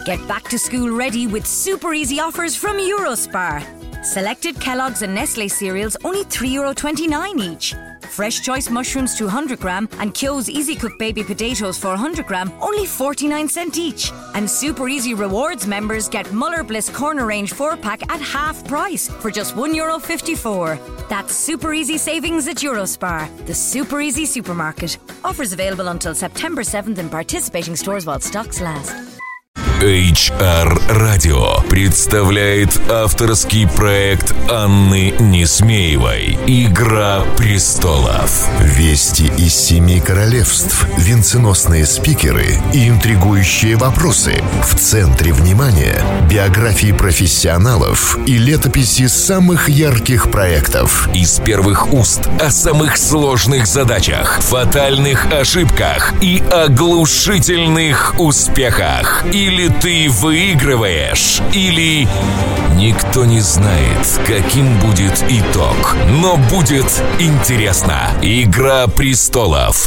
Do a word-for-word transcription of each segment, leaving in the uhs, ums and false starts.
Get back to school ready with super easy offers from Eurospar. Selected Kellogg's and Nestle cereals only three euro twenty-nine each. Fresh Choice mushrooms two hundred gram and Kyo's Easy Cook baby potatoes four hundred gram only forty-nine cent each. And Super Easy Rewards members get Muller Bliss Corner Range four pack at half price for just one euro fifty-four. That's Super Easy savings at Eurospar, the Super Easy supermarket. Offers available until September seventh in participating stores while stocks last. эйч ар Radio представляет авторский проект Анны Несмеевой «Игра престолов». Вести из семи королевств, венценосные спикеры и интригующие вопросы. В центре внимания биографии профессионалов и летописи самых ярких проектов. Из первых уст о самых сложных задачах, фатальных ошибках и оглушительных успехах. Или ты выигрываешь, или никто не знает, каким будет итог. Но будет интересно. «Игра престолов».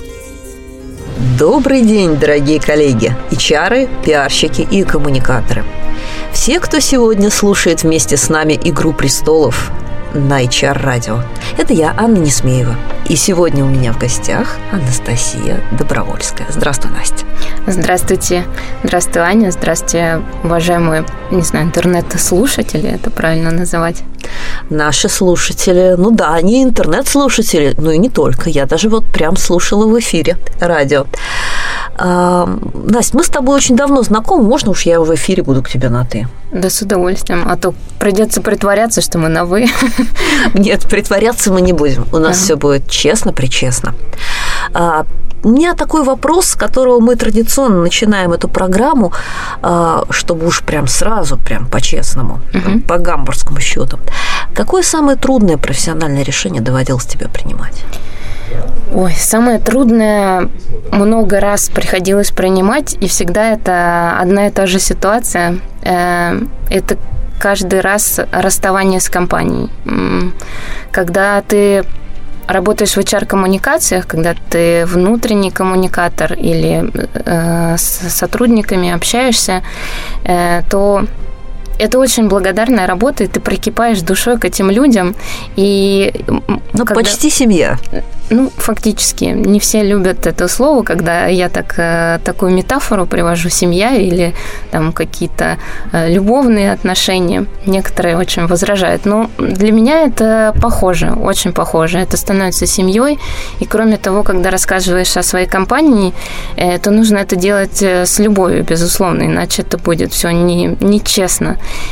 Добрый день, дорогие коллеги, эйч ар, пиарщики и коммуникаторы. Все, кто сегодня слушает вместе с нами «Игру престолов» на эйч ар Radio. Это я, Анна Несмеева. И сегодня у меня в гостях Анастасия Добровольская. Здравствуй, Настя. Здравствуйте. Здравствуй, Аня. Здравствуйте, уважаемые, не знаю, интернет-слушатели, это правильно называть? Наши слушатели, ну да, они интернет-слушатели, но и не только. Я даже вот прям слушала в эфире радио. А, Настя, мы с тобой очень давно знакомы. Можно уж я в эфире буду к тебе на «ты»? Да, с удовольствием. А то придется притворяться, что мы на «вы». Нет, притворяться мы не будем. У нас а. все будет честно-причестно. А, у меня такой вопрос, с которого мы традиционно начинаем эту программу, а, чтобы уж прям сразу, прям по-честному, угу. по гамбургскому счету. Какое самое трудное профессиональное решение доводилось тебе принимать? Ой, самое трудное много раз приходилось принимать, и всегда это одна и та же ситуация. Это каждый раз расставание с компанией. Когда ты работаешь в эйч ар-коммуникациях, когда ты внутренний коммуникатор или с сотрудниками общаешься, то это очень благодарная работа, и ты прикипаешь душой к этим людям. И ну, когда... почти семья. Ну, фактически. Не все любят это слово, когда я так, такую метафору привожу, семья или там какие-то любовные отношения. Некоторые очень возражают. Но для меня это похоже, очень похоже. Это становится семьей. И кроме того, когда рассказываешь о своей компании, то нужно это делать с любовью, безусловно, иначе это будет все не, нечестно.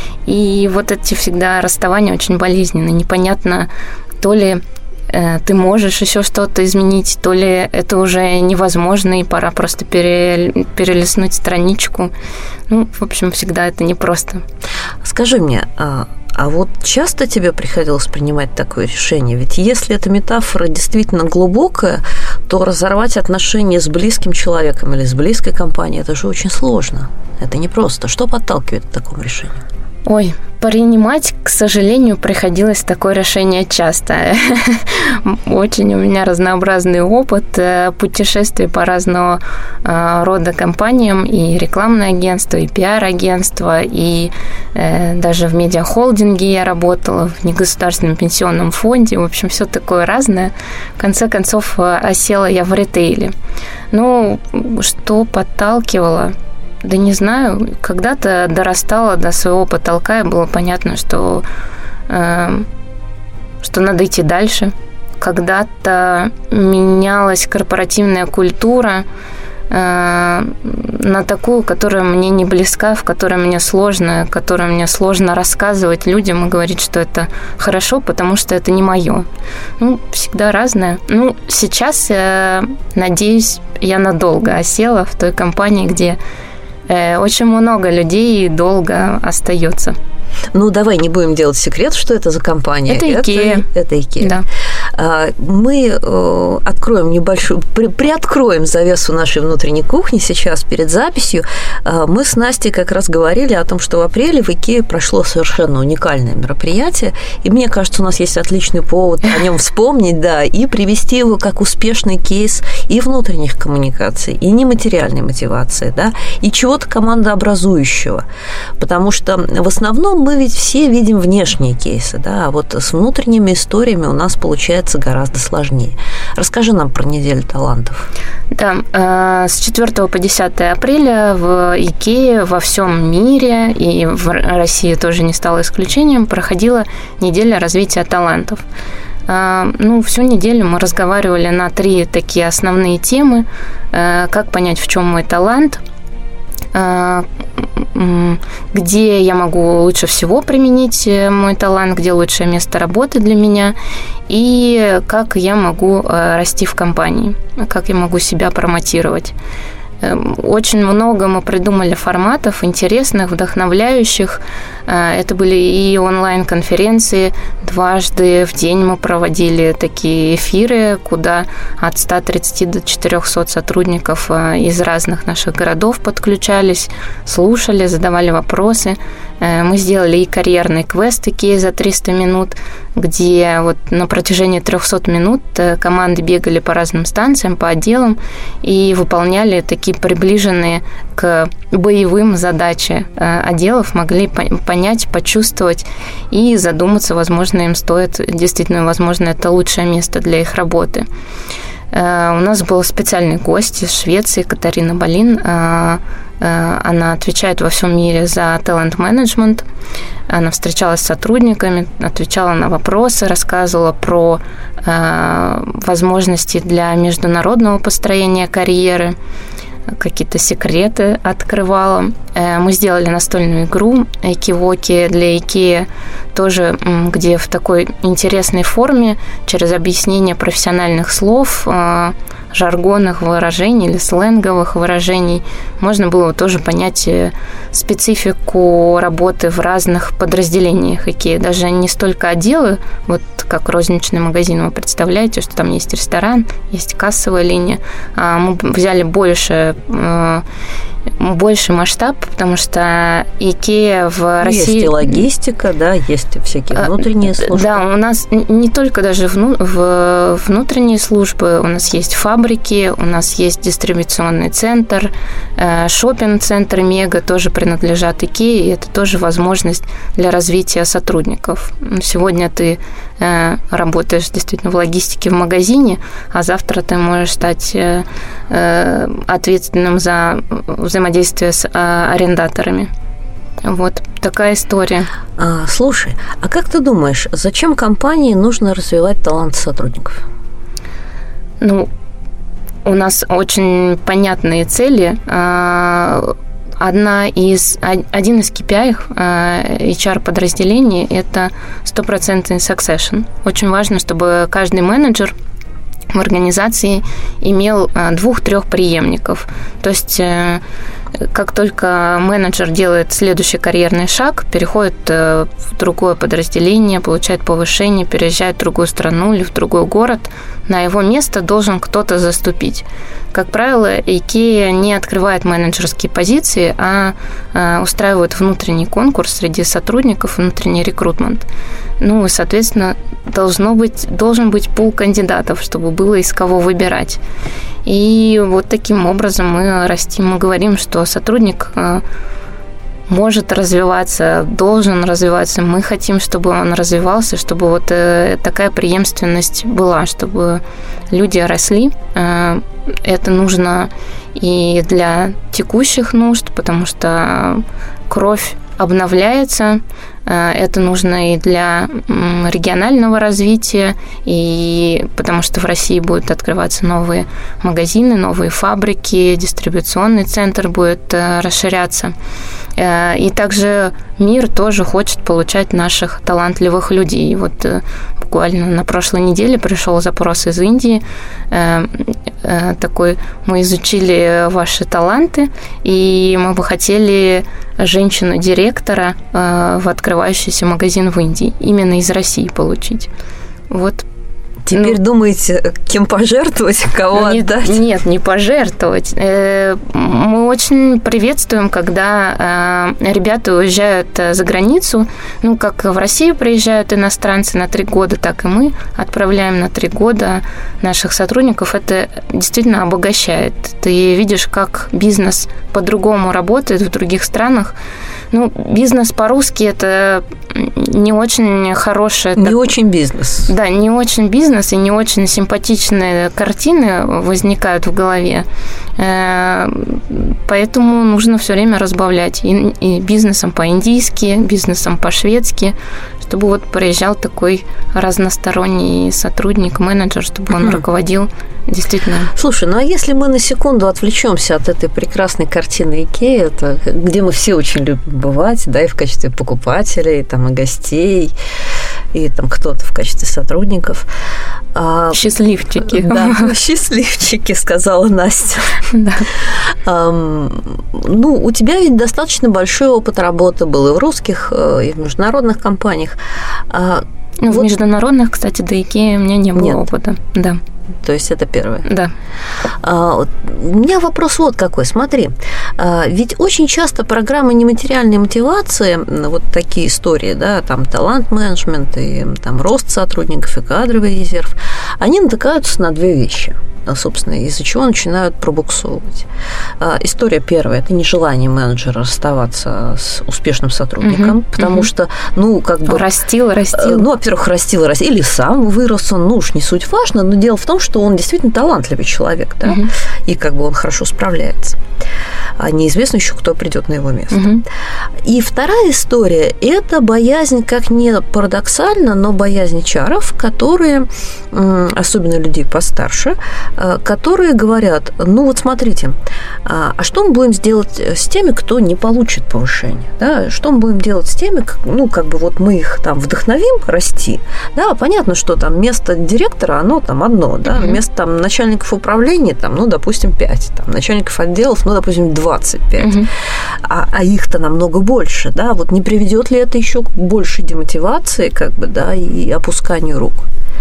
И вот эти всегда расставания очень болезненные. Непонятно, то ли ты можешь еще что-то изменить, то ли это уже невозможно, и пора просто перелистнуть страничку. Ну, в общем, всегда это непросто. Скажи мне, а, а вот часто тебе приходилось принимать такое решение? Ведь если эта метафора действительно глубокая, то разорвать отношения с близким человеком или с близкой компанией – это же очень сложно. Это непросто. Что подталкивает к такому решению? Ой, принимать, к сожалению, приходилось такое решение часто. Очень у меня разнообразный опыт путешествий по разного рода компаниям, и рекламное агентство, и пиар-агентство, и даже в медиахолдинге я работала, в негосударственном пенсионном фонде. В общем, все такое разное. В конце концов, осела я в ритейле. Ну, что подталкивало? Да не знаю, когда-то дорастала до своего потолка, и было понятно, что, э, что надо идти дальше. Когда-то менялась корпоративная культура э, на такую, которая мне не близка, в которой мне сложно, которой мне сложно рассказывать людям и говорить, что это хорошо, потому что это не мое. Ну, всегда разное. Ну, сейчас, э, надеюсь, я надолго осела в той компании, где очень много людей долго остается. Ну, давай не будем делать секрет, что это за компания. Это IKEA. Это, это IKEA. Да. Мы откроем небольшую, при, приоткроем завесу нашей внутренней кухни сейчас перед записью. Мы с Настей как раз говорили о том, что в апреле в IKEA прошло совершенно уникальное мероприятие, и мне кажется, у нас есть отличный повод о нем вспомнить, да, и привести его как успешный кейс и внутренних коммуникаций, и нематериальной мотивации, да, и чего-то командообразующего. Потому что в основном мы ведь все видим внешние кейсы, да, а вот с внутренними историями у нас получается гораздо сложнее. Расскажи нам про неделю талантов. Да, с четвёртого по десятое апреля в IKEA во всем мире, и в России тоже не стало исключением, проходила неделя развития талантов. Ну, всю неделю мы разговаривали на три такие основные темы. Как понять, в чем мой талант, где я могу лучше всего применить мой талант, где лучшее место работы для меня, и как я могу расти в компании, как я могу себя промотировать. Очень много мы придумали форматов интересных, вдохновляющих. Это были и онлайн-конференции. Дважды в день мы проводили такие эфиры, куда от ста тридцати до четырехсот сотрудников из разных наших городов подключались, слушали, задавали вопросы. Мы сделали и карьерный квест IKEA за триста минут, где вот на протяжении трехсот минут команды бегали по разным станциям, по отделам и выполняли такие приближенные к боевым задачи отделов, могли понять, почувствовать и задуматься, возможно, им стоит, действительно, возможно, это лучшее место для их работы. У нас был специальный гость из Швеции, Катарина Балин. Она отвечает во всем мире за талент-менеджмент. Она встречалась с сотрудниками, отвечала на вопросы, рассказывала про возможности для международного построения карьеры, какие-то секреты открывала. Мы сделали настольную игру Экивоки для IKEA, тоже где в такой интересной форме, через объяснение профессиональных слов, жаргонных выражений или сленговых выражений, можно было тоже понять специфику работы в разных подразделениях IKEA. Даже не столько отделы, вот как розничный магазин, вы представляете, что там есть ресторан, есть кассовая линия, а мы взяли больше больше масштаб, потому что IKEA в России... Есть и логистика, да, есть всякие внутренние службы. Да, у нас не только даже вну, в внутренние службы, у нас есть фабрики, у нас есть дистрибуционный центр, шоппинг-центры Мега тоже принадлежат IKEA, и это тоже возможность для развития сотрудников. Сегодня ты работаешь действительно в логистике в магазине, а завтра ты можешь стать ответственным за взаимодействие с арендаторами. Вот такая история. А, слушай, а как ты думаешь, зачем компании нужно развивать талант сотрудников? Ну, у нас очень понятные цели. Одна из, один из кей пи ай эйч ар-подразделений – это стопроцентный succession. Очень важно, чтобы каждый менеджер в организации имел двух-трех преемников. То есть, как только менеджер делает следующий карьерный шаг, переходит в другое подразделение, получает повышение, переезжает в другую страну или в другой город, на его место должен кто-то заступить. Как правило, IKEA не открывает менеджерские позиции, а устраивает внутренний конкурс среди сотрудников, внутренний рекрутмент. Ну и, соответственно, должно быть, должен быть пул кандидатов, чтобы было из кого выбирать. И вот таким образом мы растим, мы говорим, что сотрудник может развиваться, должен развиваться. Мы хотим, чтобы он развивался, чтобы вот такая преемственность была, чтобы люди росли. Это нужно и для текущих нужд, потому что кровь обновляется. Это нужно и для регионального развития, и потому что в России будут открываться новые магазины, новые фабрики, дистрибуционный центр будет расширяться. И также мир тоже хочет получать наших талантливых людей. И вот буквально на прошлой неделе пришел запрос из Индии. Такой: мы изучили ваши таланты, и мы бы хотели женщину-директора в открывающийся магазин в Индии. Именно из России получить. Вот. Теперь ну, думаете, кем пожертвовать, кого не, отдать? Нет, не пожертвовать. Мы очень приветствуем, когда ребята уезжают за границу. Ну, как в Россию приезжают иностранцы на три года, так и мы отправляем на три года наших сотрудников. Это действительно обогащает. Ты видишь, как бизнес по-другому работает в других странах. Ну, бизнес по-русски – это не очень хорошее... Не так... очень бизнес. Да, не очень бизнес, и не очень симпатичные картины возникают в голове. Поэтому нужно все время разбавлять и, и бизнесом по-индийски, бизнесом по-шведски, чтобы вот приезжал такой разносторонний сотрудник, менеджер, чтобы он руководил действительно. Слушай, ну а если мы на секунду отвлечемся от этой прекрасной картины Икеи, это где мы все очень любим бывать, да, и в качестве покупателей, там, и гостей, и там кто-то в качестве сотрудников. Счастливчики. Да, счастливчики, сказала Настя. Да. Ну, у тебя ведь достаточно большой опыт работы был и в русских, и в международных компаниях. Ну, вот. В международных, кстати, до Икеи у меня не было Нет. опыта. Да. То есть это первое. Да. А, у меня вопрос вот какой. Смотри, а, ведь очень часто программы нематериальной мотивации, вот такие истории, да, там талант-менеджмент и там рост сотрудников и кадровый резерв, они натыкаются на две вещи. Собственно, из-за чего начинают пробуксовывать. История первая – это нежелание менеджера расставаться с успешным сотрудником, угу, потому угу. что, ну, как бы… Растил, растил. Ну, во-первых, растил, растил, или сам вырос он, ну, уж не суть важно, но дело в том, что он действительно талантливый человек, да, угу. и как бы он хорошо справляется. А неизвестно еще, кто придет на его место. Угу. И вторая история – это боязнь, как ни парадоксально, но боязнь эйч ар-ов, которые, особенно людей постарше, которые говорят, ну вот смотрите, а что мы будем делать с теми, кто не получит повышение? Да? Что мы будем делать с теми, ну как бы вот мы их там вдохновим расти? Да, понятно, что там место директора, оно там одно, да, mm-hmm. вместо там начальников управления, там, ну, допустим, пять, там, начальников отделов, ну, допустим, двадцать пять, mm-hmm. а, а их-то намного больше, да, вот не приведет ли это еще к большей демотивации, как бы, да, и опусканию рук?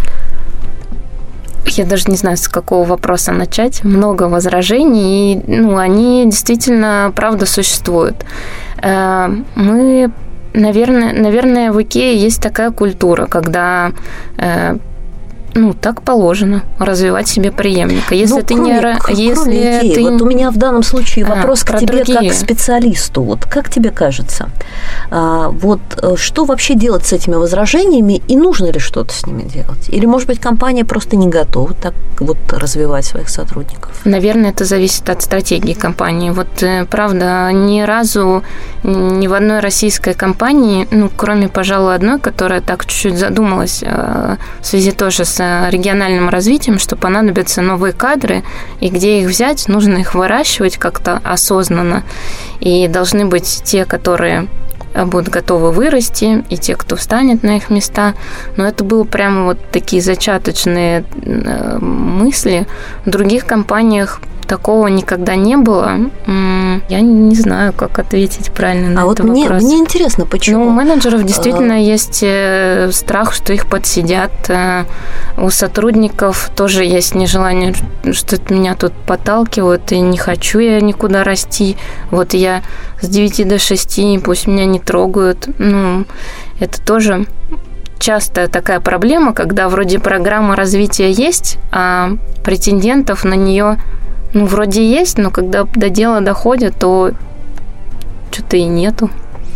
Я даже не знаю, с какого вопроса начать. Много возражений, и ну, они действительно, правда, существуют. Мы, наверное, наверное, в Икее есть такая культура, когда ну, так положено, развивать себе преемника. Если ну, ты кроме, не... Если идеи, ты... Вот у меня в данном случае вопрос а, к тебе другие. как к специалисту. Вот как тебе кажется, а, вот что вообще делать с этими возражениями и нужно ли что-то с ними делать? Или, может быть, компания просто не готова так вот развивать своих сотрудников? Наверное, это зависит от стратегии компании. Вот, правда, ни разу ни в одной российской компании, ну, кроме, пожалуй, одной, которая так чуть-чуть задумалась в связи тоже с региональным развитием, что понадобятся новые кадры, и где их взять, нужно их выращивать как-то осознанно. И должны быть те, которые будут готовы вырасти, и те, кто встанет на их места. Но это было прямо вот такие зачаточные мысли. В других компаниях такого никогда не было. Я не знаю, как ответить правильно на а этот вот мне, вопрос. Мне интересно, почему? Ну, у менеджеров действительно а... есть страх, что их подсидят. У сотрудников тоже есть нежелание, что меня тут подталкивают, и не хочу я никуда расти. Вот я с девяти до шести, пусть меня не трогают. Ну, это тоже часто такая проблема, когда вроде программа развития есть, а претендентов на нее ну, вроде есть, но когда до дела доходит, то что-то и нету.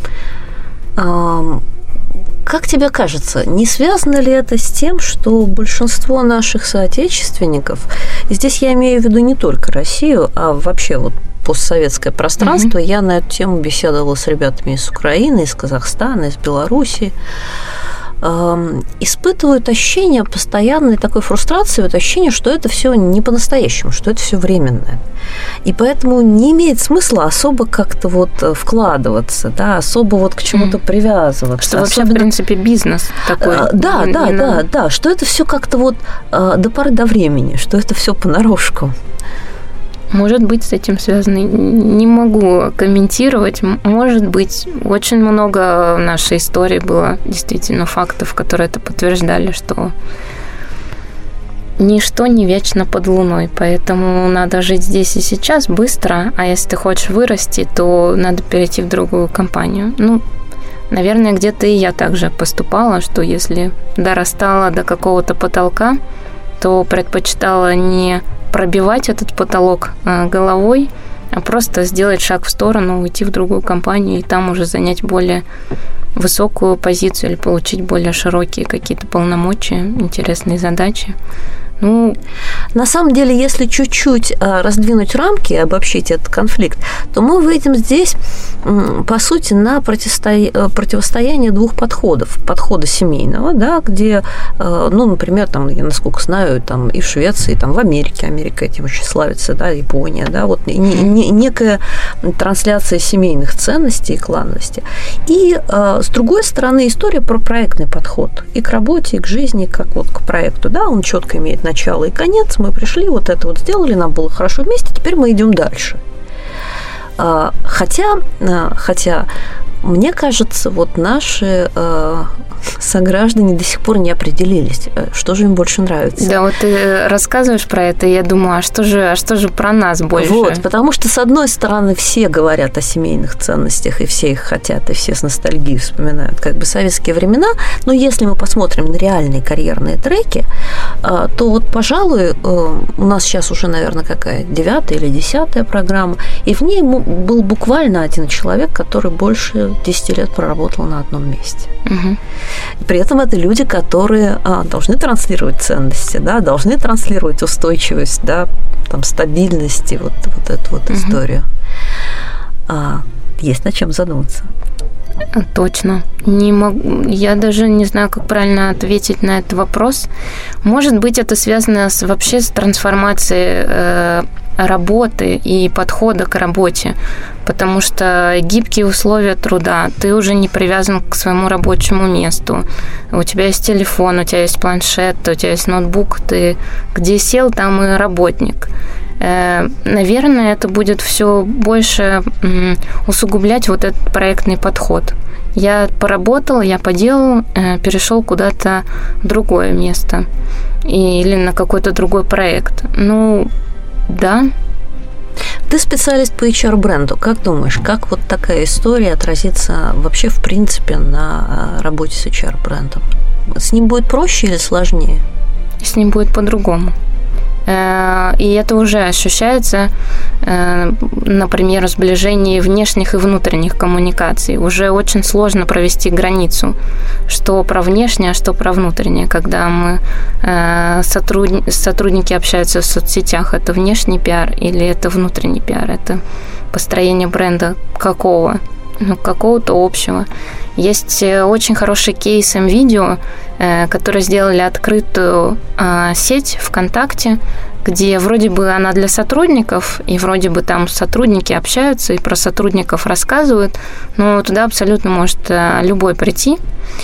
А, как тебе кажется, не связано ли это с тем, что большинство наших соотечественников, и здесь я имею в виду не только Россию, а вообще вот постсоветское пространство, mm-hmm. я на эту тему беседовала с ребятами из Украины, из Казахстана, из Белоруссии, испытывают ощущение постоянной такой фрустрации, вот ощущение, что это все не по-настоящему, что это все временное. И поэтому не имеет смысла особо как-то вот вкладываться, да, особо вот к чему-то привязываться. Что вообще, Особенно... в принципе, бизнес такой. Да, не, да, не да, надо. да, что это все как-то вот до поры до времени, что это все понарошку. Может быть, с этим связано. Не могу комментировать. Может быть, очень много в нашей истории было действительно фактов, которые это подтверждали, что ничто не вечно под луной, поэтому надо жить здесь и сейчас быстро, а если ты хочешь вырасти, то надо перейти в другую компанию. Ну, наверное, где-то и я также поступала, что если дорастала до какого-то потолка, то предпочитала не пробивать этот потолок головой, а просто сделать шаг в сторону, уйти в другую компанию и там уже занять более высокую позицию или получить более широкие какие-то полномочия, интересные задачи. Ну, на самом деле, если чуть-чуть раздвинуть рамки и обобщить этот конфликт, то мы выйдем здесь, по сути, на противостояние двух подходов. Подхода семейного, да, где, ну, например, там, я насколько знаю, там и в Швеции, там в Америке, Америка этим очень славится, да, Япония, да, вот некая трансляция семейных ценностей и клановости. И, с другой стороны, история про проектный подход и к работе, и к жизни, как вот к проекту, да, он четко имеет начало и конец, мы пришли, вот это вот сделали, нам было хорошо вместе, теперь мы идем дальше. Хотя, хотя мне кажется, вот наши сограждане до сих пор не определились, что же им больше нравится. Да, вот ты рассказываешь про это, и я думаю, а что же, а что же про нас больше? Вот, потому что, с одной стороны, все говорят о семейных ценностях, и все их хотят, и все с ностальгией вспоминают как бы советские времена, но если мы посмотрим на реальные карьерные треки, то вот, пожалуй, у нас сейчас уже, наверное, какая девятая или десятая программа, и в ней был буквально один человек, который больше десяти лет проработал на одном месте. Угу. При этом это люди, которые а, должны транслировать ценности, да, должны транслировать устойчивость, да, там, стабильность и вот, вот эту вот угу. историю. А, есть над чем задуматься. Точно. Не могу, я даже не знаю, как правильно ответить на этот вопрос. Может быть, это связано с, вообще с трансформацией э, работы и подхода к работе, потому что гибкие условия труда, ты уже не привязан к своему рабочему месту. У тебя есть телефон, у тебя есть планшет, у тебя есть ноутбук, ты где сел, там и работник. Наверное, это будет все больше усугублять вот этот проектный подход. Я поработал, я поделал, перешел куда-то в другое место или на какой-то другой проект. Ну, да. Ты специалист по эйч ар-бренду. Как думаешь, как вот такая история отразится вообще, в принципе, на работе с эйч ар-брендом? С ним будет проще или сложнее? С ним будет по-другому. И это уже ощущается, например, в сближении внешних и внутренних коммуникаций. Уже очень сложно провести границу, что про внешнее, а что про внутреннее. Когда мы сотрудники общаются в соцсетях, это внешний пиар или это внутренний пиар? Это построение бренда какого? Ну, какого-то общего. Есть очень хороший кейс МВидео, которые сделали открытую сеть ВКонтакте, где вроде бы она для сотрудников, и вроде бы там сотрудники общаются и про сотрудников рассказывают, но туда абсолютно может любой прийти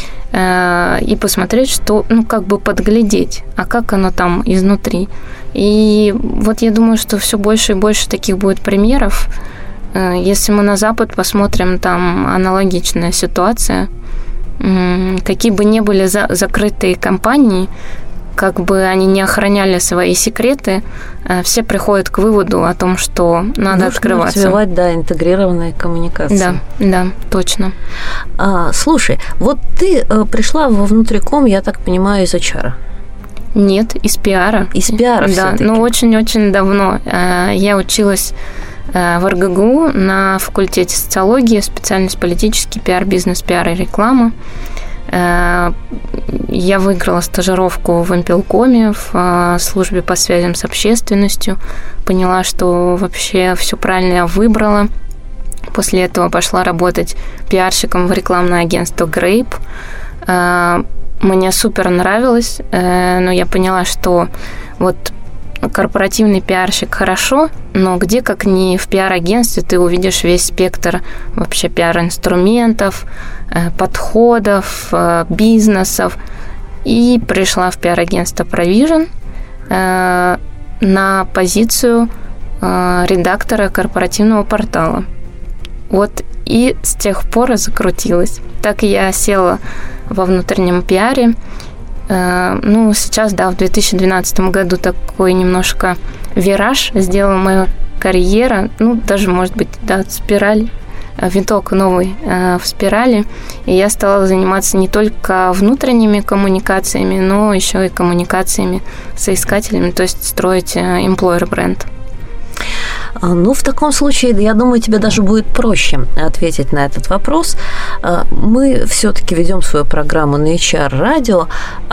и посмотреть, что, ну, как бы подглядеть, а как оно там изнутри. И вот я думаю, что все больше и больше таких будет примеров. Если мы на Запад посмотрим, там аналогичная ситуация. Какие бы ни были за- закрытые компании, как бы они не охраняли свои секреты, все приходят к выводу о том, что надо Нужно открываться. развивать, да, интегрированные коммуникации. Да, да, точно. А, слушай, вот ты пришла во Внутриком, я так понимаю, из эйч ар. Нет, из пиара. Из пиара да, всё-таки. Ну, очень-очень давно. Я училась в эр гэ гэ у на факультете социологии, специальность политический пиар, бизнес, пиар и реклама. Я выиграла стажировку в Импелкоме, в службе по связям с общественностью. Поняла, что вообще все правильно я выбрала. После этого пошла работать пиарщиком в рекламное агентство Grape. Мне супер нравилось, но я поняла, что вот корпоративный пиарщик хорошо, но где, как не в пиар-агентстве, ты увидишь весь спектр вообще пиар-инструментов, подходов, бизнесов. И пришла в пиар-агентство Provision на позицию редактора корпоративного портала. Вот и с тех пор и закрутилось. Так я села во внутреннем пиаре. Ну, сейчас, да, в две тысячи двенадцатом году такой немножко вираж сделала моя карьера. Ну, даже, может быть, да, спираль, виток новый в спирали. И я стала заниматься не только внутренними коммуникациями, но еще и коммуникациями с соискателями, то есть строить employer бренд. Ну, в таком случае, я думаю, тебе даже будет проще ответить на этот вопрос. Мы все-таки ведем свою программу на эйч ар-радио,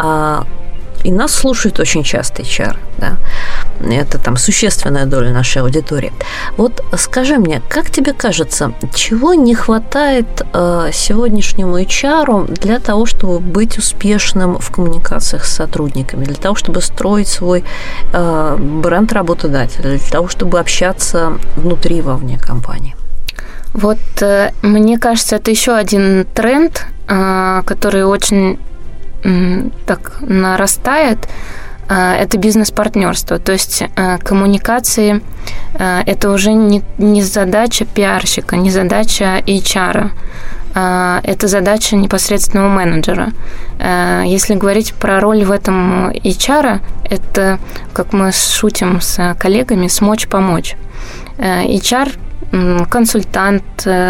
и нас слушают очень часто эйч ар, да. Это там существенная доля нашей аудитории. Вот скажи мне, как тебе кажется, чего не хватает э, сегодняшнему эйч ар для того, чтобы быть успешным в коммуникациях с сотрудниками, для того, чтобы строить свой э, бренд работодателя, для того, чтобы общаться внутри и вовне компании? Вот э, мне кажется, это еще один тренд, э, который очень э, так нарастает. Это бизнес-партнерство, то есть коммуникации – это уже не, не задача пиарщика, не задача эйч ар, это задача непосредственного менеджера. Если говорить про роль в этом эйч ар, это, как мы шутим с коллегами, смочь помочь. эйч ар – консультант,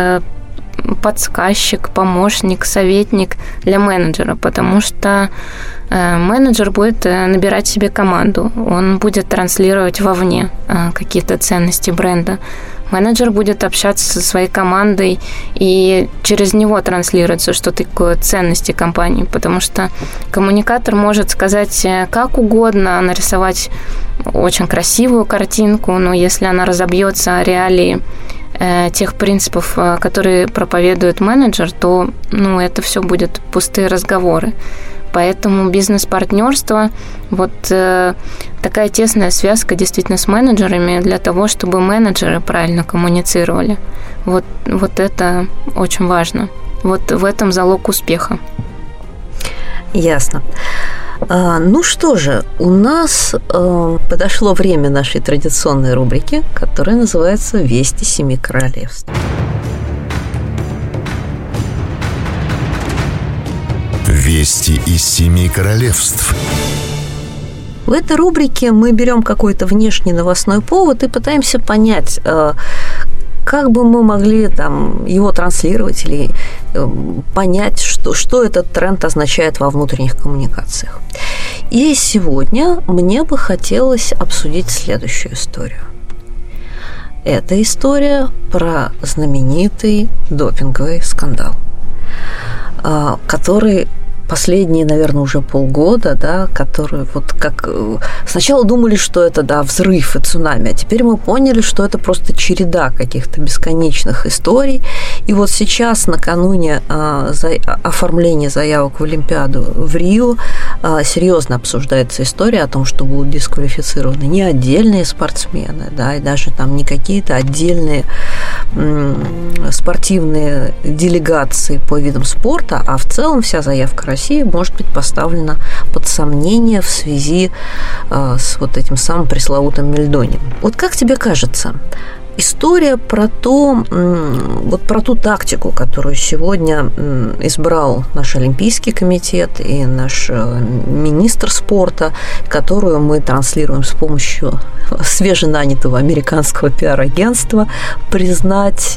подсказчик, помощник, советник для менеджера, потому что менеджер будет набирать себе команду, он будет транслировать вовне какие-то ценности бренда. Менеджер будет общаться со своей командой и через него транслируется, что такое ценности компании, потому что коммуникатор может сказать как угодно, нарисовать очень красивую картинку, но если она разобьется о реалии тех принципов, которые проповедует менеджер, то ну, это все будет пустые разговоры. Поэтому бизнес-партнерство, вот э, такая тесная связка действительно с менеджерами для того, чтобы менеджеры правильно коммуницировали. Вот, вот это очень важно. Вот в этом залог успеха. Ясно. А, ну что же, у нас э, подошло время нашей традиционной рубрики, которая называется «Вести семи королевств». Вести из семи королевств. В этой рубрике мы берем какой-то внешний новостной повод и пытаемся понять, как бы мы могли там, его транслировать или понять, что, что этот тренд означает во внутренних коммуникациях. И сегодня мне бы хотелось обсудить следующую историю. Это история про знаменитый допинговый скандал, который последние, наверное, уже полгода, да, которые вот как... Сначала думали, что это, да, взрыв и цунами, а теперь мы поняли, что это просто череда каких-то бесконечных историй. И вот сейчас, накануне а, за... оформления заявок в Олимпиаду в Рио, а, серьезно обсуждается история о том, что будут дисквалифицированы не отдельные спортсмены, да, и даже там не какие-то отдельные м- спортивные делегации по видам спорта, а в целом вся заявка России может быть поставлена под сомнение в связи э, с вот этим самым пресловутым мельдонием. Вот как тебе кажется, история про то, вот про ту тактику, которую сегодня избрал наш Олимпийский комитет и наш министр спорта, которую мы транслируем с помощью свеженанятого американского пиар-агентства, признать,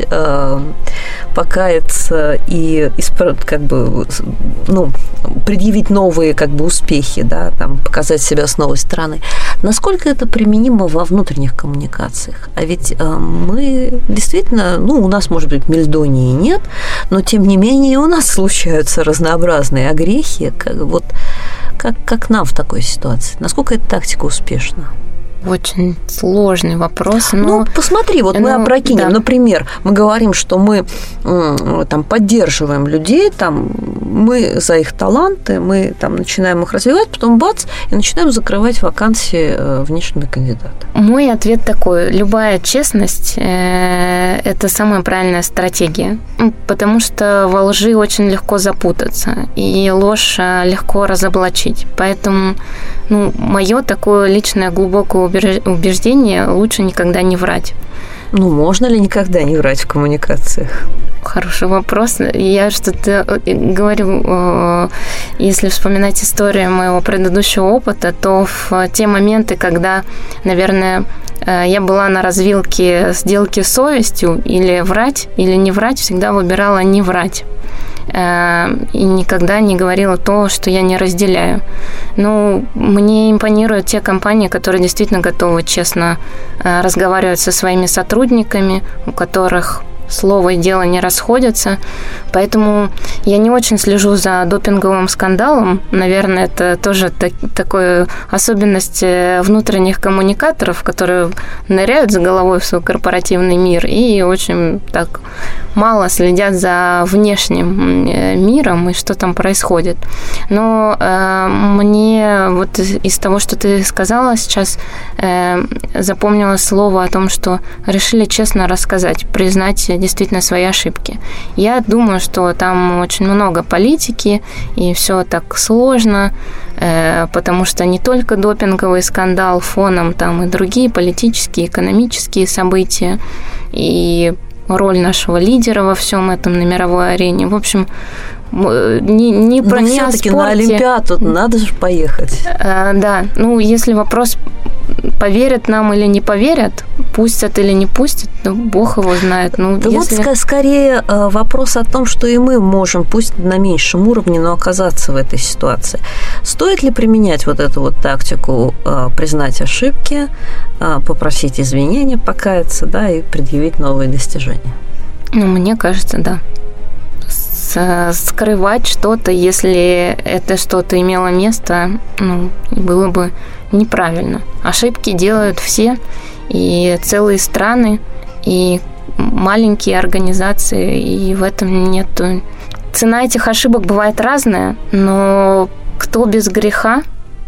покаяться и как бы, ну, предъявить новые как бы успехи, да, там, показать себя с новой стороны. Насколько это применимо во внутренних коммуникациях? А ведь мы действительно, ну, у нас, может быть, мельдонии нет, но, тем не менее, у нас случаются разнообразные огрехи. Как, вот, как, как нам в такой ситуации? Насколько эта тактика успешна? Очень сложный вопрос. Но... Ну, посмотри, вот мы ну, опрокинем, да. Например, мы говорим, что мы там поддерживаем людей, там мы за их таланты, мы там начинаем их развивать, потом бац, и начинаем закрывать вакансии внешними кандидатами. Мой ответ такой. Любая честность – это самая правильная стратегия, потому что во лжи очень легко запутаться, и ложь легко разоблачить. Поэтому ну, мое такое личное глубокое убеждение – лучше никогда не врать. Ну, можно ли никогда не врать в коммуникациях? Хороший вопрос. Я что-то говорю, если вспоминать историю моего предыдущего опыта, то в те моменты, когда, наверное, я была на развилке сделки с совестью, или врать, или не врать, всегда выбирала не врать. И никогда не говорила то, что я не разделяю. Ну, мне импонируют те компании, которые действительно готовы честно разговаривать со своими сотрудниками, у которых слово и дело не расходятся. Поэтому я не очень слежу за допинговым скандалом. Наверное, это тоже так, такая особенность внутренних коммуникаторов, которые ныряют с головой в свой корпоративный мир и очень так мало следят за внешним миром и что там происходит. Но э, мне вот из, из того, что ты сказала сейчас, э, запомнилось слово о том, что решили честно рассказать, признать действительно свои ошибки. Я думаю, что там очень много политики, и все так сложно, э, потому что не только допинговый скандал фоном, там и другие политические, экономические события, и роль нашего лидера во всем этом на мировой арене. В общем, не, не про Но не о спорте. на Олимпиаду надо же поехать. А, да, ну, если вопрос, поверят нам или не поверят, пустят или не пустят, ну, Бог его знает. Ну, да если... вот скорее вопрос о том, что и мы можем, пусть на меньшем уровне, но оказаться в этой ситуации. Стоит ли применять вот эту вот тактику признать ошибки, попросить извинения, покаяться, да, и предъявить новые достижения? Ну, мне кажется, да. Скрывать что-то, если это что-то имело место, ну, было бы неправильно. Ошибки делают все, и целые страны, и маленькие организации, и в этом нет... Цена этих ошибок бывает разная, но кто без греха,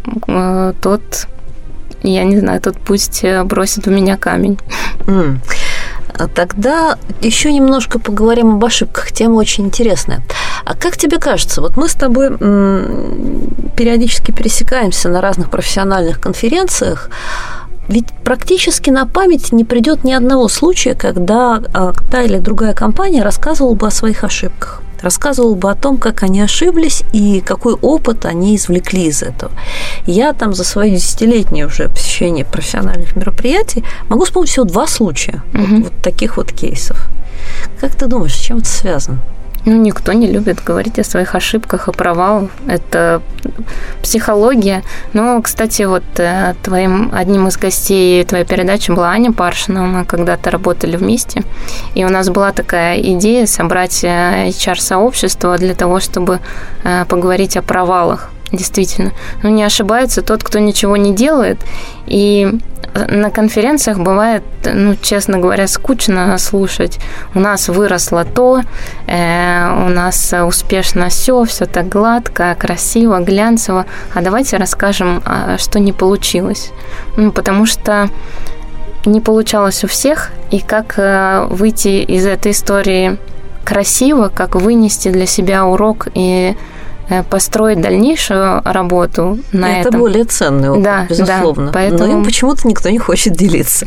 тот, я не знаю, тот пусть бросит в меня камень. Mm. Тогда еще немножко поговорим об ошибках. Тема очень интересная. А как тебе кажется, вот мы с тобой периодически пересекаемся на разных профессиональных конференциях, ведь практически на память не придет ни одного случая, когда та или другая компания рассказывала бы о своих ошибках, рассказывала бы о том, как они ошиблись и какой опыт они извлекли из этого. Я там за свое десятилетнее уже посещение профессиональных мероприятий могу вспомнить всего два случая mm-hmm. вот, вот таких вот кейсов. Как ты думаешь, с чем это связано? Ну, никто не любит говорить о своих ошибках и провалах. Это психология. Но, кстати, вот твоим одним из гостей твоей передачи была Аня Паршина. Мы когда-то работали вместе. И у нас была такая идея собрать эйч ар-сообщество для того, чтобы поговорить о провалах. Действительно. Ну, не ошибается тот, кто ничего не делает. И на конференциях бывает, ну, честно говоря, скучно слушать. У нас выросло то, э, у нас успешно все, все так гладко, красиво, глянцево. А давайте расскажем, что не получилось. Ну, потому что не получалось у всех. И как выйти из этой истории красиво, как вынести для себя урок и построить дальнейшую работу на это этом. Это более ценный опыт, да, безусловно. Да, поэтому... Но им почему-то никто не хочет делиться.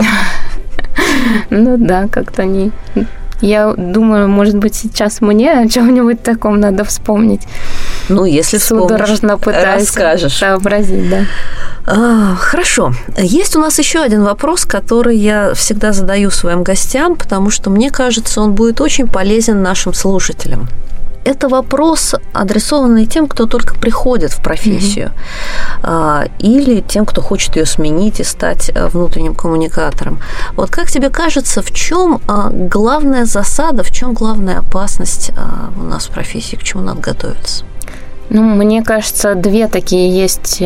Ну да, как-то не... Я думаю, может быть, сейчас мне о чем-нибудь таком надо вспомнить. Ну, если судорожно пытаюсь расскажешь. Сообразить, да. А, хорошо. Есть у нас еще один вопрос, который я всегда задаю своим гостям, потому что, мне кажется, он будет очень полезен нашим слушателям. Это вопрос, адресованный тем, кто только приходит в профессию, mm-hmm. или тем, кто хочет ее сменить и стать внутренним коммуникатором. Вот как тебе кажется, в чем главная засада, в чем главная опасность у нас в профессии, к чему надо готовиться? Ну, мне кажется, две такие есть,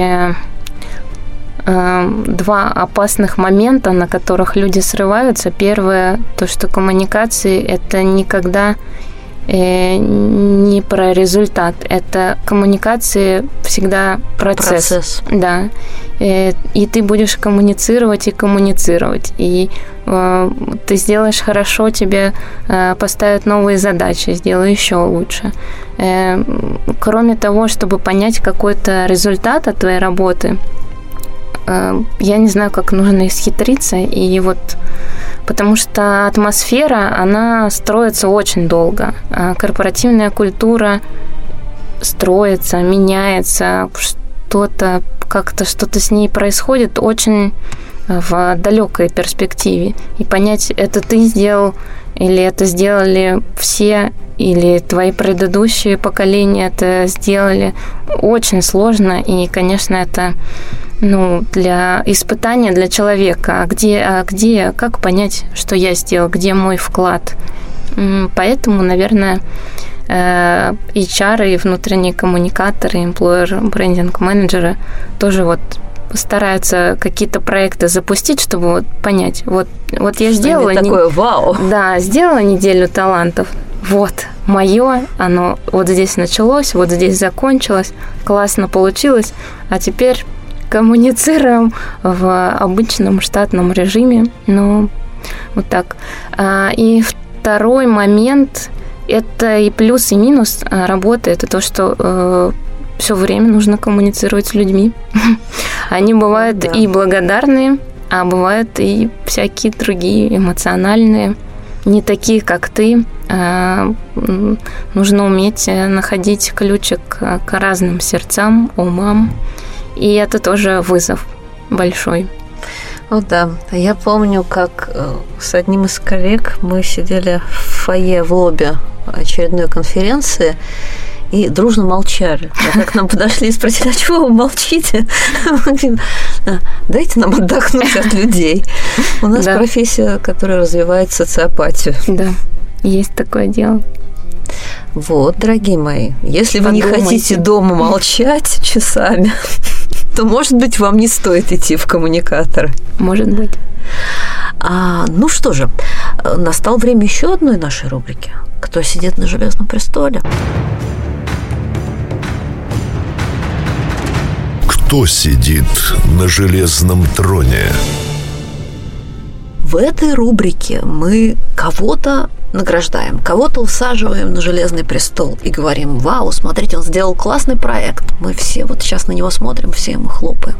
два опасных момента, на которых люди срываются. Первое, то, что коммуникации – это никогда не про результат. Это коммуникации всегда процесс. Процесс. Да. И ты будешь коммуницировать и коммуницировать. И ты сделаешь хорошо, тебе поставят новые задачи, сделай еще лучше. Кроме того, чтобы понять какой-то результат от твоей работы, я не знаю, как нужно исхитриться, и вот потому что атмосфера, она строится очень долго. Корпоративная культура строится, меняется, что-то как-то что-то с ней происходит очень в далекой перспективе. И понять, это ты сделал, или это сделали все, или твои предыдущие поколения это сделали, очень сложно. И, конечно, это ну, для испытания для человека. А где, а где, как понять, что я сделал, где мой вклад? Поэтому, наверное, эйч ар и внутренние коммуникаторы, employer branding менеджеры тоже вот стараются какие-то проекты запустить, чтобы вот понять, вот, вот я сделала... Не... Такое вау! Да, сделала неделю талантов. Вот, мое, оно вот здесь началось, вот здесь закончилось, классно получилось, а теперь коммуницируем в обычном штатном режиме. Ну, вот так. И второй момент, это и плюс, и минус работы, это то, что все время нужно коммуницировать с людьми. Они бывают да. и благодарные, а бывают и всякие другие эмоциональные, не такие, как ты. Нужно уметь находить ключик к разным сердцам, умам. И это тоже вызов большой. Ну да. Я помню, как с одним из коллег мы сидели в фойе в лобби очередной конференции и дружно молчали. Когда к нам подошли и спросили, а чего вы молчите? Мы говорим, дайте нам отдохнуть от людей. У нас да. профессия, которая развивает социопатию. Да, есть такое дело. Вот, дорогие мои, если вы Подумайте. не хотите дома молчать часами, то, может быть, вам не стоит идти в коммуникаторы. Может быть. А, ну что же, настало время еще одной нашей рубрики. Кто сидит на железном престоле? Кто сидит на железном троне? В этой рубрике мы кого-то награждаем, кого-то усаживаем на железный престол и говорим: вау, смотрите, он сделал классный проект. Мы все вот сейчас на него смотрим, все ему хлопаем.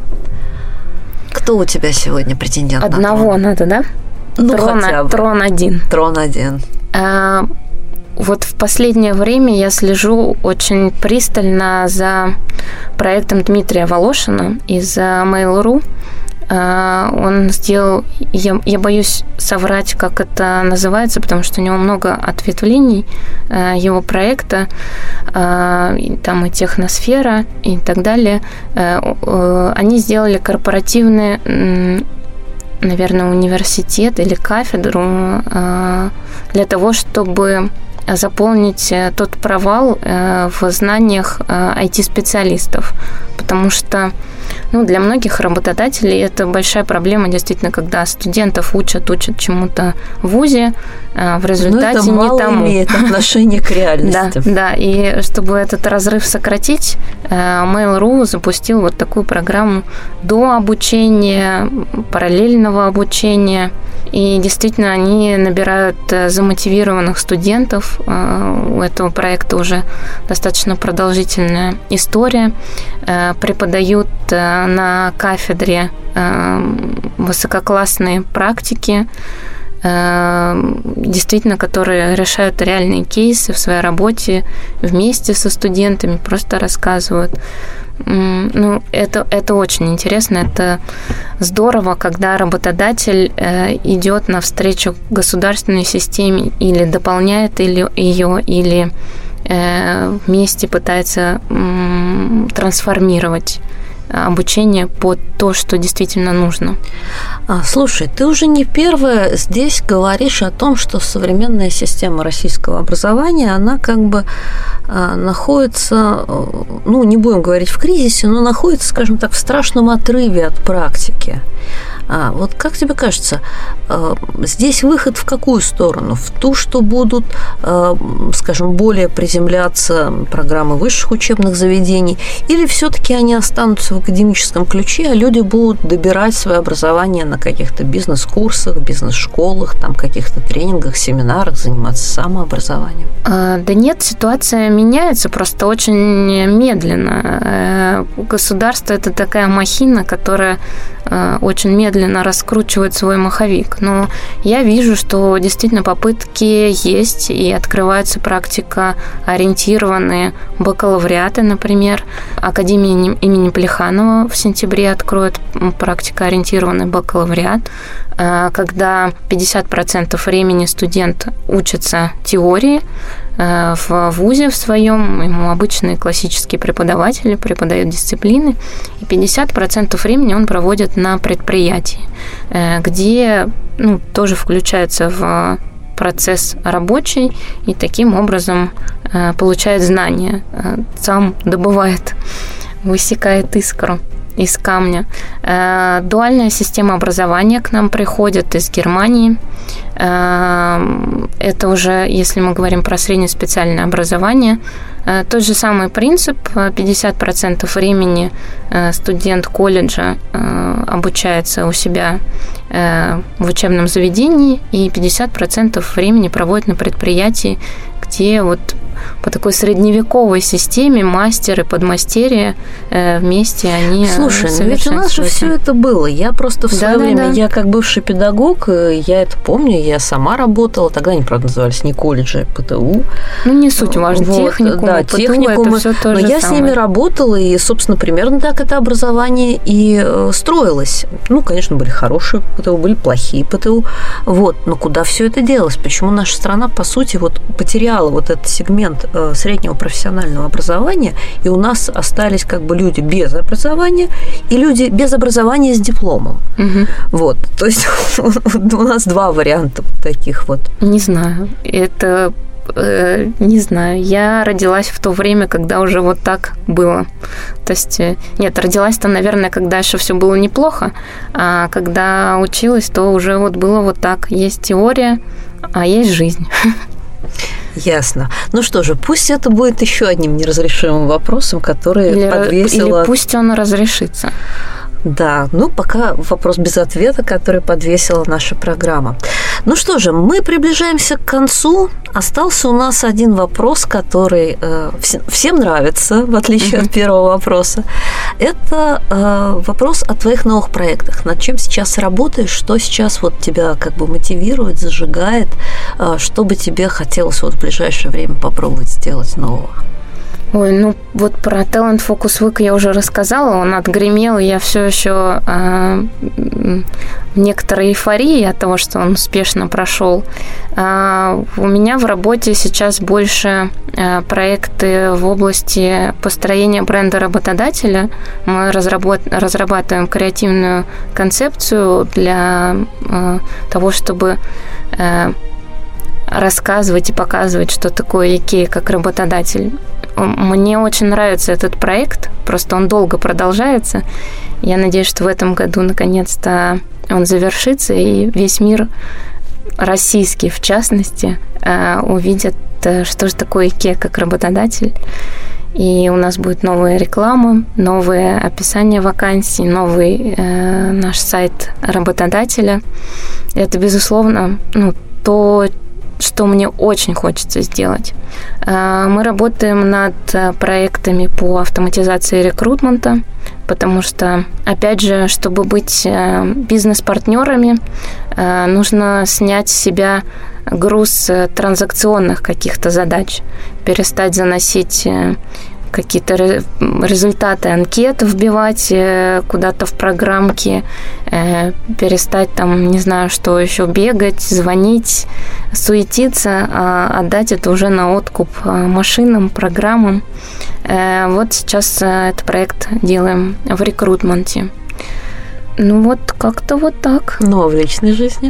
Кто у тебя сегодня претендент? Одного на трон? Надо, да? Ну, трон, хотя бы. Трон один. Трон один. А, вот в последнее время я слежу очень пристально за проектом Дмитрия Волошина из Mail.ru. Он сделал, я, я боюсь соврать, как это называется, потому что у него много ответвлений его проекта, там и техносфера и так далее. Они сделали корпоративный, наверное, университет или кафедру для того, чтобы заполнить тот провал в знаниях ай ти-специалистов, потому что ну, для многих работодателей это большая проблема, действительно, когда студентов учат, учат чему-то в вузе, в результате это мало не тому. Имеет отношение к реальности. Да, да, и чтобы этот разрыв сократить, Mail.ru запустил вот такую программу до обучения, параллельного обучения. И действительно, они набирают замотивированных студентов. У этого проекта уже достаточно продолжительная история. Преподают на кафедре высококлассные практики, действительно, которые решают реальные кейсы в своей работе вместе со студентами, просто рассказывают. Ну, это, это очень интересно, это здорово, когда работодатель э, идет навстречу государственной системе или дополняет или, ее, или э, вместе пытается э, трансформировать обучение под то, что действительно нужно. А, слушай, ты уже не первая здесь говоришь о том, что современная система российского образования, она как бы а, находится, ну, не будем говорить в кризисе, но находится, скажем так, в страшном отрыве от практики. А вот как тебе кажется, здесь выход в какую сторону? В ту, что будут, скажем, более приземляться программы высших учебных заведений, или все-таки они останутся в академическом ключе, а люди будут добирать свое образование на каких-то бизнес-курсах, бизнес-школах, там каких-то тренингах, семинарах, заниматься самообразованием? А, да нет, ситуация меняется просто очень медленно. Государство – это такая махина, которая очень медленно раскручивает свой маховик. Но я вижу, что действительно попытки есть, и открывается практика ориентированные бакалавриаты, например. Академия имени Плеханова в сентябре откроет практика ориентированный бакалавриат, когда пятьдесят процентов времени студент учится теории в вузе в своем, ему обычные классические преподаватели преподают дисциплины, и пятьдесят процентов времени он проводит на предприятии, где ну, тоже включается в процесс рабочий и таким образом получает знания, сам добывает, высекает искру из камня. Дуальная система образования к нам приходит из Германии. Это уже, если мы говорим про среднеспециальное образование, тот же самый принцип. пятьдесят процентов времени студент колледжа обучается у себя в учебном заведении, и пятьдесят процентов времени проводит на предприятии, где вот по такой средневековой системе мастер и подмастерье вместе они Слушай, ну ведь у нас же все это было. Я просто в свое да, время, да, да. я как бывший педагог, я это помню, я сама работала, тогда они, правда, назывались не колледжи, а ПТУ. Ну, не суть важно, вот, техникум, да, ПТУ, техникум, это все то но же я самое. с ними работала, и, собственно, примерно так это образование и строилось. Ну, конечно, были хорошие ПТУ, были плохие ПТУ, вот, но куда все это делось? Почему наша страна, по сути, вот потеряла вот этот сегмент среднего профессионального образования, и у нас остались как бы люди без образования и люди без образования с дипломом. Угу. Вот. То есть у нас два варианта таких вот. Не знаю. Это э, не знаю. Я родилась в то время, когда уже вот так было. То есть, нет, родилась-то, наверное, когда еще все было неплохо, а когда училась, то уже вот было вот так. Есть теория, а есть жизнь. Ясно. Ну что же, пусть это будет еще одним неразрешимым вопросом, который или, подвесила... Или пусть он разрешится. Да, ну пока вопрос без ответа, который подвесила наша программа. Ну что же, мы приближаемся к концу. Остался у нас один вопрос, который э, всем нравится, в отличие mm-hmm. от первого вопроса. Это э, вопрос о твоих новых проектах. Над чем сейчас работаешь, что сейчас вот тебя как бы мотивирует, зажигает, э, что бы тебе хотелось вот в ближайшее время попробовать сделать нового? Ой, ну вот про Talent Focus Week я уже рассказала, он отгремел, и я все еще э, в некоторой эйфории от того, что он успешно прошел. Э, у меня в работе сейчас больше э, проекты в области построения бренда работодателя. Мы разработ- разрабатываем креативную концепцию для э, того, чтобы э, рассказывать и показывать, что такое IKEA как работодатель. Мне очень нравится этот проект, просто он долго продолжается. Я надеюсь, что в этом году наконец-то он завершится, и весь мир, российский в частности, увидит, что же такое IKEA как работодатель. И у нас будет новая реклама, новое описание вакансий, новый э, наш сайт работодателя. Это, безусловно, ну, то, что мне очень хочется сделать. Мы работаем над проектами по автоматизации рекрутмента, потому что, опять же, чтобы быть бизнес-партнерами, нужно снять с себя груз транзакционных каких-то задач, перестать заносить какие-то результаты анкет, вбивать куда-то в программки, перестать там, не знаю, что еще, бегать, звонить, суетиться, а отдать это уже на откуп машинам, программам. Вот сейчас этот проект делаем в рекрутменте. Ну вот, как-то вот так. Ну, а в личной жизни?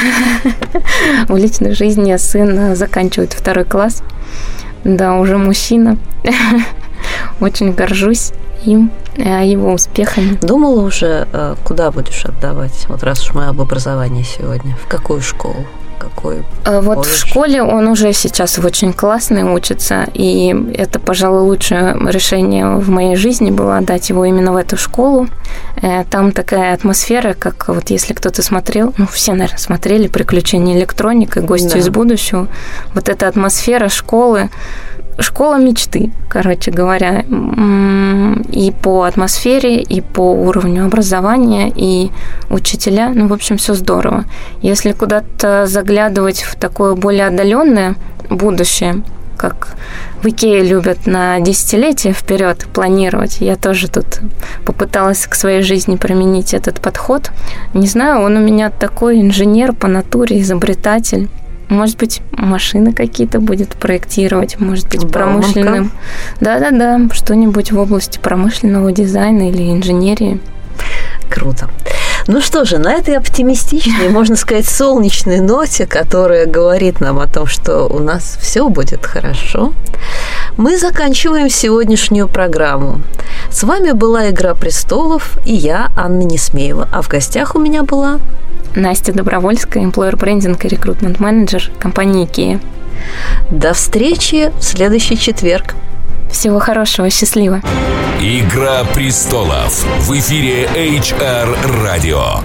В личной жизни сын заканчивает второй класс. Да, уже мужчина. Очень горжусь им. его успехами. Думала уже, куда будешь отдавать, вот раз уж мы об образовании сегодня, в какую школу? Какой вот колледж? В школе он уже сейчас очень классный учится, и это, пожалуй, лучшее решение в моей жизни было отдать его именно в эту школу. Там такая атмосфера, как вот если кто-то смотрел, ну, все, наверное, смотрели «Приключения электроника», «Гости да. из будущего». Вот эта атмосфера школы, школа мечты, короче говоря, и по атмосфере, и по уровню образования, и учителя, ну, в общем, все здорово. Если куда-то заглядывать в такое более отдаленное будущее, как в Икее любят на десятилетия вперед планировать, я тоже тут попыталась к своей жизни применить этот подход. Не знаю, он у меня такой инженер по натуре, изобретатель. Может быть, машины какие-то будет проектировать, может быть, промышленным. Да-да-да, что-нибудь в области промышленного дизайна или инженерии. Круто. Ну что же, на этой оптимистичной, можно сказать, солнечной ноте, которая говорит нам о том, что у нас все будет хорошо, мы заканчиваем сегодняшнюю программу. С вами была «Игра престолов» и я, Анна Несмеева. А в гостях у меня была... Настя Добровольская, employer branding и рекрутмент менеджер компании Икея. До встречи в следующий четверг. Всего хорошего, счастливо. «Игра престолов» в эфире эйч ар Radio.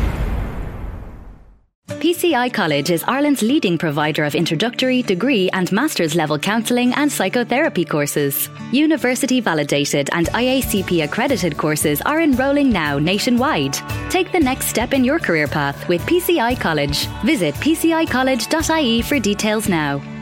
P C I College is Ireland's leading provider of introductory, degree and master's level counselling and psychotherapy courses. University validated and I A C P accredited courses are enrolling now nationwide. Take the next step in your career path with P C I College. Visit p c i college dot i e for details now.